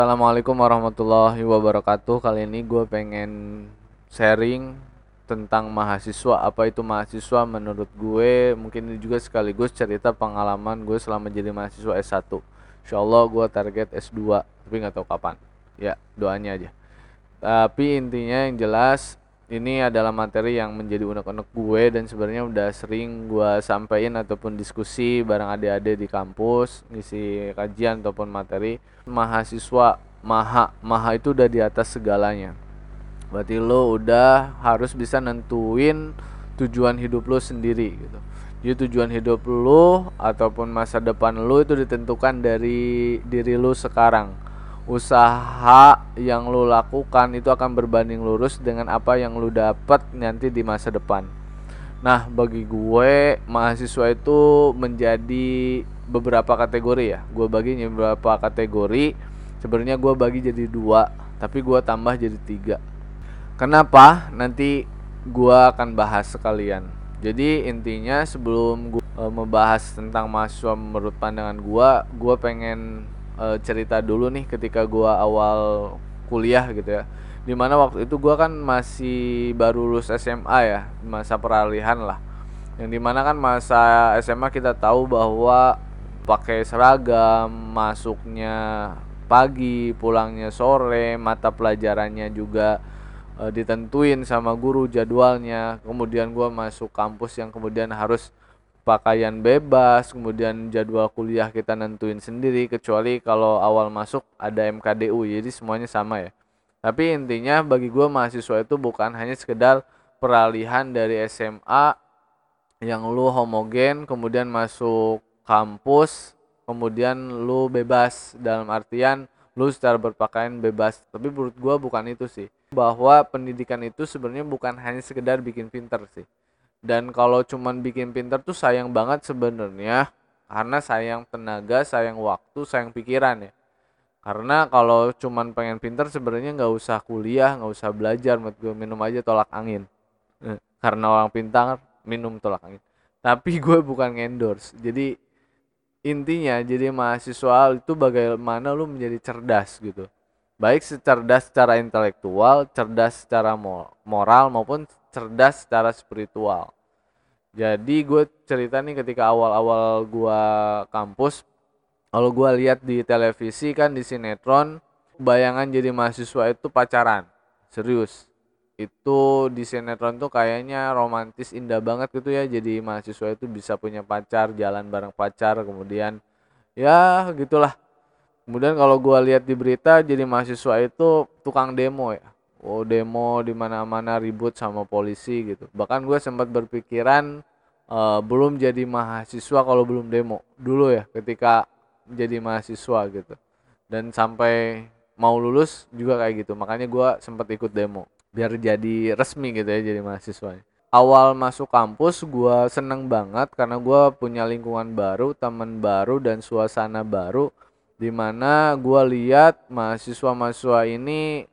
Assalamualaikum warahmatullahi wabarakatuh. Kali ini gue pengen sharing tentang mahasiswa. Apa itu mahasiswa menurut gue. Mungkin ini juga sekaligus cerita pengalaman gue selama jadi mahasiswa S1. Insya Allah gue target S2, tapi nggak tahu kapan. Ya, doanya aja. Tapi intinya yang jelas ini adalah materi yang menjadi unek-unek gue dan sebenarnya udah sering gue sampaikan ataupun diskusi bareng adik-adik di kampus, ngisi kajian ataupun materi. Mahasiswa maha itu udah di atas segalanya. Berarti lo udah harus bisa nentuin tujuan hidup lo sendiri gitu. Jadi tujuan hidup lo ataupun masa depan lo itu ditentukan dari diri lo sekarang. Usaha yang lo lakukan itu akan berbanding lurus dengan apa yang lo dapat nanti di masa depan. Nah, bagi gue mahasiswa itu menjadi beberapa kategori ya. Gue bagi beberapa kategori. Sebenarnya gue bagi jadi dua, tapi gue tambah jadi tiga. Kenapa? Nanti gua akan bahas sekalian. Jadi intinya sebelum gua membahas tentang mahasiswa menurut pandangan gua pengen cerita dulu nih ketika gua awal kuliah gitu ya. Dimana waktu itu gua kan masih baru lulus SMA ya, masa peralihan lah. Yang dimana kan masa SMA kita tahu bahwa pakai seragam, masuknya pagi, pulangnya sore, mata pelajarannya juga ditentuin sama guru jadwalnya. Kemudian gue masuk kampus yang kemudian harus pakaian bebas, kemudian jadwal kuliah kita nentuin sendiri kecuali kalau awal masuk ada MKDU, jadi semuanya sama ya. Tapi intinya bagi gue mahasiswa itu bukan hanya sekedar peralihan dari SMA yang lu homogen kemudian masuk kampus kemudian lu bebas, dalam artian lu secara berpakaian bebas. Tapi menurut gua bukan itu sih, bahwa pendidikan itu sebenarnya bukan hanya sekedar bikin pinter sih. Dan kalau cuman bikin pinter tuh sayang banget sebenarnya, karena sayang tenaga, sayang waktu, sayang pikiran ya. Karena kalau cuman pengen pinter sebenarnya nggak usah kuliah, nggak usah belajar, menurut gue minum aja tolak angin. Karena orang pintar minum tolak angin. Tapi gue bukan endorse. Jadi intinya jadi mahasiswa itu bagaimana lu menjadi cerdas gitu. Baik cerdas secara intelektual, cerdas secara moral maupun cerdas secara spiritual. Jadi gue cerita nih ketika awal-awal gue kampus, kalau gue lihat di televisi kan di sinetron, bayangan jadi mahasiswa itu pacaran, serius. Itu di sinetron tuh kayaknya romantis indah banget gitu ya, jadi mahasiswa itu bisa punya pacar, jalan bareng pacar, kemudian ya gitulah. Kemudian kalau gua lihat di berita jadi mahasiswa itu tukang demo ya. Oh, demo di mana-mana ribut sama polisi gitu. Bahkan gue sempat berpikiran belum jadi mahasiswa kalau belum demo dulu ya ketika jadi mahasiswa gitu. Dan sampai mau lulus juga kayak gitu. Makanya gua sempat ikut demo biar jadi resmi gitu ya jadi mahasiswa. Awal masuk kampus gua seneng banget karena gua punya lingkungan baru, teman baru dan suasana baru di mana gua lihat mahasiswa-mahasiswa ini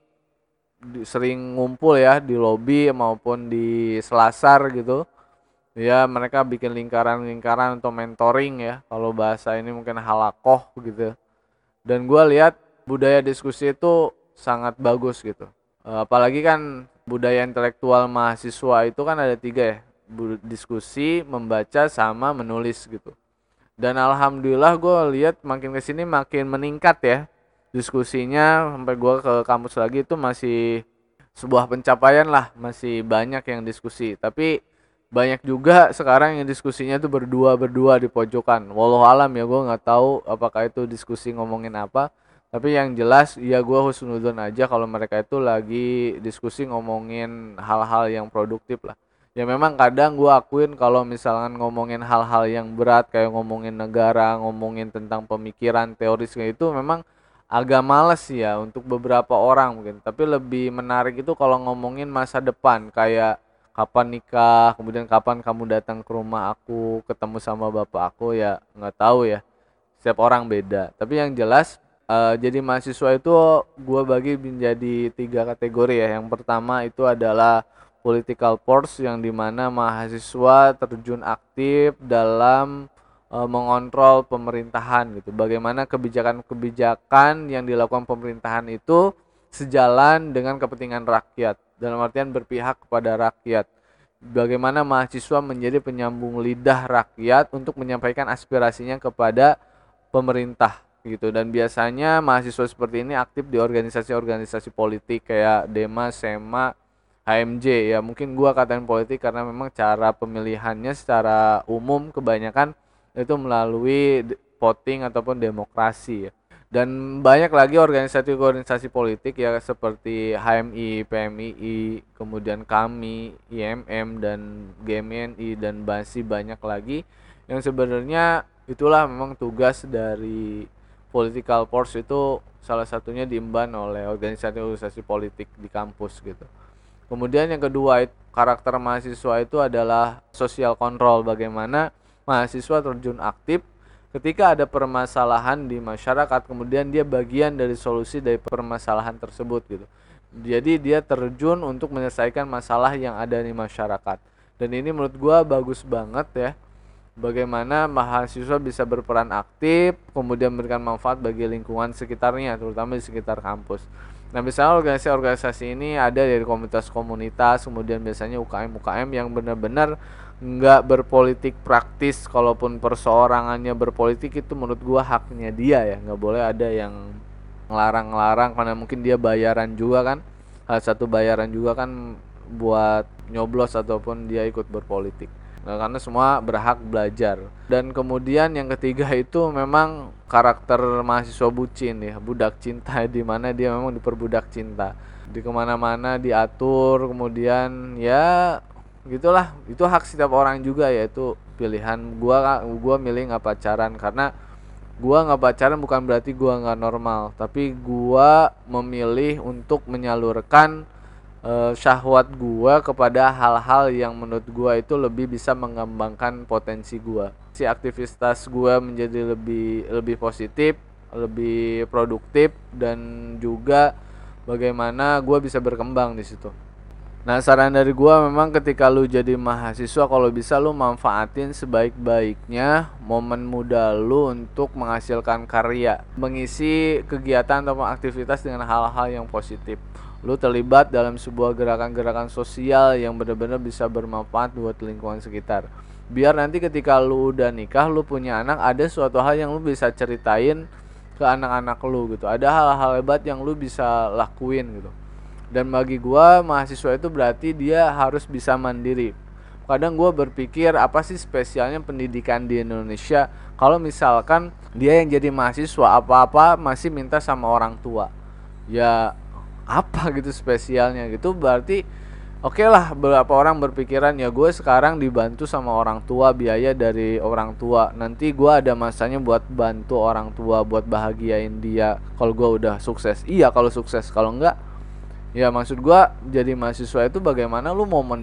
sering ngumpul ya di lobi maupun di selasar gitu. Ya, mereka bikin lingkaran-lingkaran atau mentoring ya. Kalau bahasa ini mungkin halakoh gitu. Dan gue lihat budaya diskusi itu sangat bagus gitu. Apalagi kan budaya intelektual mahasiswa itu kan ada tiga ya, diskusi, membaca, sama menulis gitu. Dan alhamdulillah gue lihat makin kesini makin meningkat ya diskusinya, sampai gue ke kampus lagi itu masih sebuah pencapaian lah, masih banyak yang diskusi. Tapi banyak juga sekarang yang diskusinya tuh berdua di pojokan. Walau alam ya, gue nggak tahu apakah itu diskusi ngomongin apa. Tapi yang jelas ya gue husnuzon aja kalau mereka itu lagi diskusi ngomongin hal-hal yang produktif lah. Ya memang kadang gue akuin kalau misalkan ngomongin hal-hal yang berat kayak ngomongin negara, ngomongin tentang pemikiran teoris kayak itu memang agak males ya untuk beberapa orang mungkin. Tapi lebih menarik itu kalau ngomongin masa depan kayak kapan nikah, kemudian kapan kamu datang ke rumah aku, ketemu sama bapak aku, ya nggak tahu ya. Setiap orang beda. Tapi yang jelas jadi mahasiswa itu gue bagi menjadi tiga kategori ya. Yang pertama itu adalah political force yang dimana mahasiswa terjun aktif dalam mengontrol pemerintahan gitu. Bagaimana kebijakan-kebijakan yang dilakukan pemerintahan itu sejalan dengan kepentingan rakyat, dalam artian berpihak kepada rakyat. Bagaimana mahasiswa menjadi penyambung lidah rakyat untuk menyampaikan aspirasinya kepada pemerintah gitu. Dan biasanya mahasiswa seperti ini aktif di organisasi-organisasi politik kayak Dema, Sema, HMJ ya. Mungkin gua katain politik karena memang cara pemilihannya secara umum kebanyakan itu melalui voting ataupun demokrasi ya. Dan banyak lagi organisasi-organisasi politik ya seperti HMI, PMII, kemudian kami, IMM dan GMNI dan masih banyak lagi yang sebenarnya itulah memang tugas dari political force itu, salah satunya diemban oleh organisasi-organisasi politik di kampus gitu. Kemudian yang kedua, karakter mahasiswa itu adalah social control, bagaimana mahasiswa terjun aktif ketika ada permasalahan di masyarakat, kemudian dia bagian dari solusi dari permasalahan tersebut gitu. Jadi dia terjun untuk menyelesaikan masalah yang ada di masyarakat. Dan ini menurut gua bagus banget ya. Bagaimana mahasiswa bisa berperan aktif, kemudian memberikan manfaat bagi lingkungan sekitarnya, terutama di sekitar kampus. Nah, misalnya organisasi-organisasi ini ada dari komunitas-komunitas, kemudian biasanya UKM-UKM yang benar-benar nggak berpolitik praktis. Kalaupun perseorangannya berpolitik, itu menurut gua haknya dia ya, nggak boleh ada yang ngelarang-ngelarang karena mungkin dia bayaran juga kan. Salah satu bayaran juga kan buat nyoblos ataupun dia ikut berpolitik. Nah, karena semua berhak belajar. Dan kemudian yang ketiga itu memang karakter mahasiswa bucin ya, budak cinta, di mana dia memang diperbudak cinta, di kemana-mana diatur, kemudian ya gitulah. Itu hak setiap orang juga, yaitu pilihan. Gua milih nggak pacaran karena gua nggak pacaran bukan berarti gua nggak normal, tapi gua memilih untuk menyalurkan syahwat gua kepada hal-hal yang menurut gua itu lebih bisa mengembangkan potensi gua. Si aktivitas gua menjadi lebih positif, lebih produktif, dan juga bagaimana gua bisa berkembang di situ. Nah, saran dari gua memang ketika lu jadi mahasiswa, kalau bisa lu manfaatin sebaik-baiknya momen muda lu untuk menghasilkan karya, mengisi kegiatan atau aktivitas dengan hal-hal yang positif. Lu terlibat dalam sebuah gerakan-gerakan sosial yang benar-benar bisa bermanfaat buat lingkungan sekitar. Biar nanti ketika lu udah nikah, lu punya anak, ada suatu hal yang lu bisa ceritain ke anak-anak lu gitu. Ada hal-hal hebat yang lu bisa lakuin gitu. Dan bagi gua mahasiswa itu berarti dia harus bisa mandiri. Kadang gua berpikir apa sih spesialnya pendidikan di Indonesia kalau misalkan dia yang jadi mahasiswa apa-apa masih minta sama orang tua. Ya apa gitu spesialnya gitu, berarti oke lah, beberapa orang berpikiran ya gue sekarang dibantu sama orang tua, biaya dari orang tua, nanti gue ada masanya buat bantu orang tua, buat bahagiain dia kalau gue udah sukses. Iya kalau sukses, kalau enggak ya maksud gua jadi mahasiswa itu bagaimana lu momen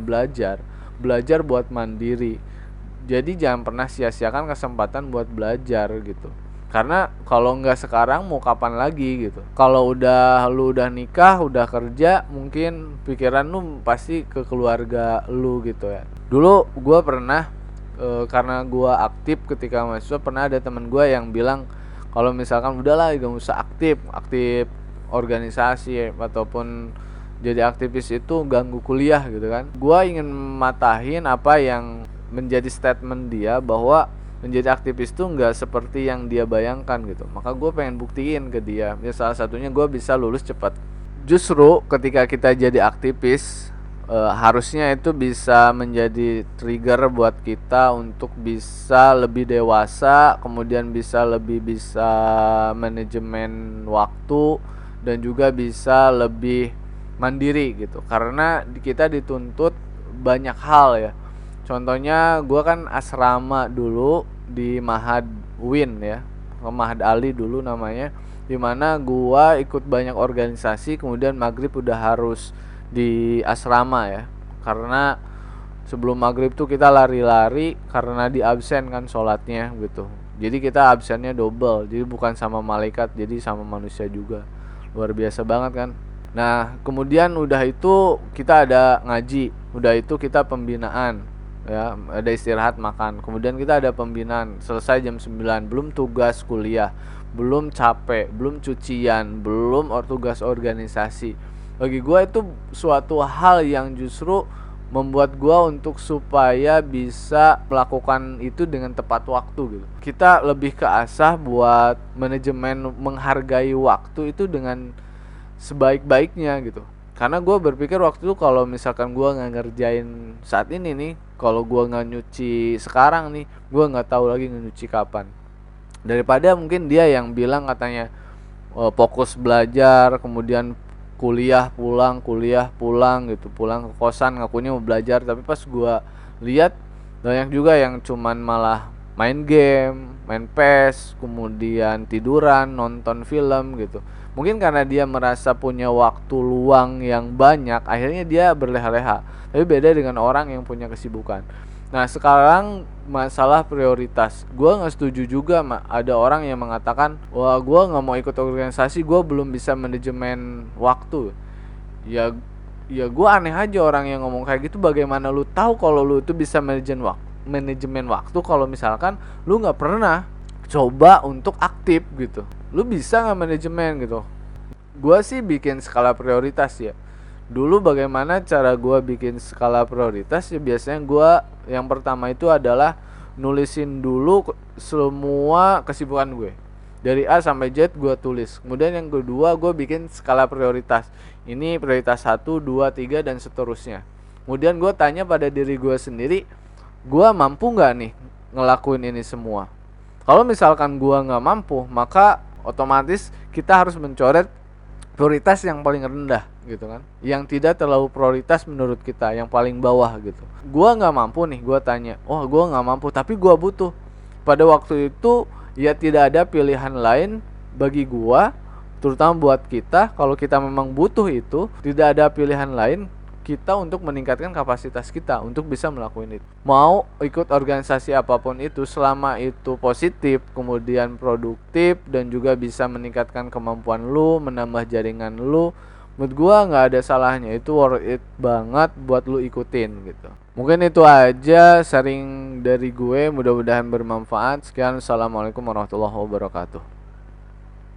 belajar buat mandiri. Jadi jangan pernah sia-siakan kesempatan buat belajar gitu. Karena kalau nggak sekarang mau kapan lagi gitu. Kalau lu udah nikah, udah kerja, mungkin pikiran lu pasti ke keluarga lu gitu ya. Dulu gua pernah karena gua aktif ketika mahasiswa, pernah ada teman gua yang bilang kalau misalkan udahlah gak usah aktif organisasi ataupun jadi aktivis itu ganggu kuliah gitu kan. Gua ingin matahin apa yang menjadi statement dia bahwa menjadi aktivis itu nggak seperti yang dia bayangkan gitu. Maka gue pengen buktiin ke dia. Ya salah satunya gue bisa lulus cepat. Justru ketika kita jadi aktivis harusnya itu bisa menjadi trigger buat kita untuk bisa lebih dewasa, kemudian bisa manajemen waktu, dan juga bisa lebih mandiri gitu. Karena kita dituntut banyak hal ya. Contohnya gue kan asrama dulu di Mahad Win ya, Mahad Ali dulu namanya, dimana gue ikut banyak organisasi, kemudian maghrib udah harus di asrama ya, karena sebelum maghrib tuh kita lari-lari karena di absen kan sholatnya gitu. Jadi kita absennya double, jadi bukan sama malaikat, jadi sama manusia juga. Luar biasa banget kan. Nah kemudian udah itu kita ada ngaji, udah itu kita pembinaan. ya, ada istirahat makan, kemudian kita ada pembinaan selesai jam 9, belum tugas kuliah, belum capek, belum cucian, belum tugas organisasi. Bagi gue itu suatu hal yang justru membuat gue untuk supaya bisa melakukan itu dengan tepat waktu gitu. Kita lebih ke asah buat manajemen menghargai waktu itu dengan sebaik-baiknya gitu. Karena gue berpikir waktu itu kalau misalkan gue nggak ngerjain saat ini nih, kalau gue nggak nyuci sekarang nih, gue nggak tahu lagi nyuci kapan. Daripada mungkin dia yang bilang katanya fokus belajar, kemudian kuliah pulang gitu, pulang ke kosan ngakunya mau belajar, tapi pas gue lihat banyak juga yang cuman malah main game, main PES, kemudian tiduran, nonton film gitu. Mungkin karena dia merasa punya waktu luang yang banyak, akhirnya dia berleha-leha. Tapi beda dengan orang yang punya kesibukan. Nah sekarang masalah prioritas, gue nggak setuju juga ada orang yang mengatakan, wah gue nggak mau ikut organisasi, gue belum bisa manajemen waktu. Ya, ya gue aneh aja orang yang ngomong kayak gitu. Bagaimana lu tahu kalau lu itu bisa manajemen waktu kalau misalkan lu nggak pernah coba untuk aktif gitu? Lu bisa nggak manajemen gitu? Gue sih bikin skala prioritas ya. Dulu bagaimana cara gue bikin skala prioritas ya, biasanya gue yang pertama itu adalah nulisin dulu semua kesibukan gue dari A sampai Z, gue tulis. Kemudian yang kedua gue bikin skala prioritas, ini prioritas 1, 2, 3 dan seterusnya. Kemudian gue tanya pada diri gue sendiri, gue mampu gak nih ngelakuin ini semua? Kalau misalkan gue gak mampu, maka otomatis kita harus mencoret prioritas yang paling rendah gitu kan, yang tidak terlalu prioritas menurut kita, yang paling bawah gitu. Gua nggak mampu nih, gua tanya, oh gua nggak mampu tapi gua butuh. Pada waktu itu ya tidak ada pilihan lain bagi gua, terutama buat kita. Kalau kita memang butuh itu, tidak ada pilihan lain kita untuk meningkatkan kapasitas kita untuk bisa melakukan itu. Mau ikut organisasi apapun itu, selama itu positif, kemudian produktif, dan juga bisa meningkatkan kemampuan lu, menambah jaringan lu, menurut gua nggak ada salahnya. Itu worth it banget buat lu ikutin gitu. Mungkin itu aja sharing dari gue, mudah-mudahan bermanfaat. Sekian, assalamualaikum warahmatullahi wabarakatuh.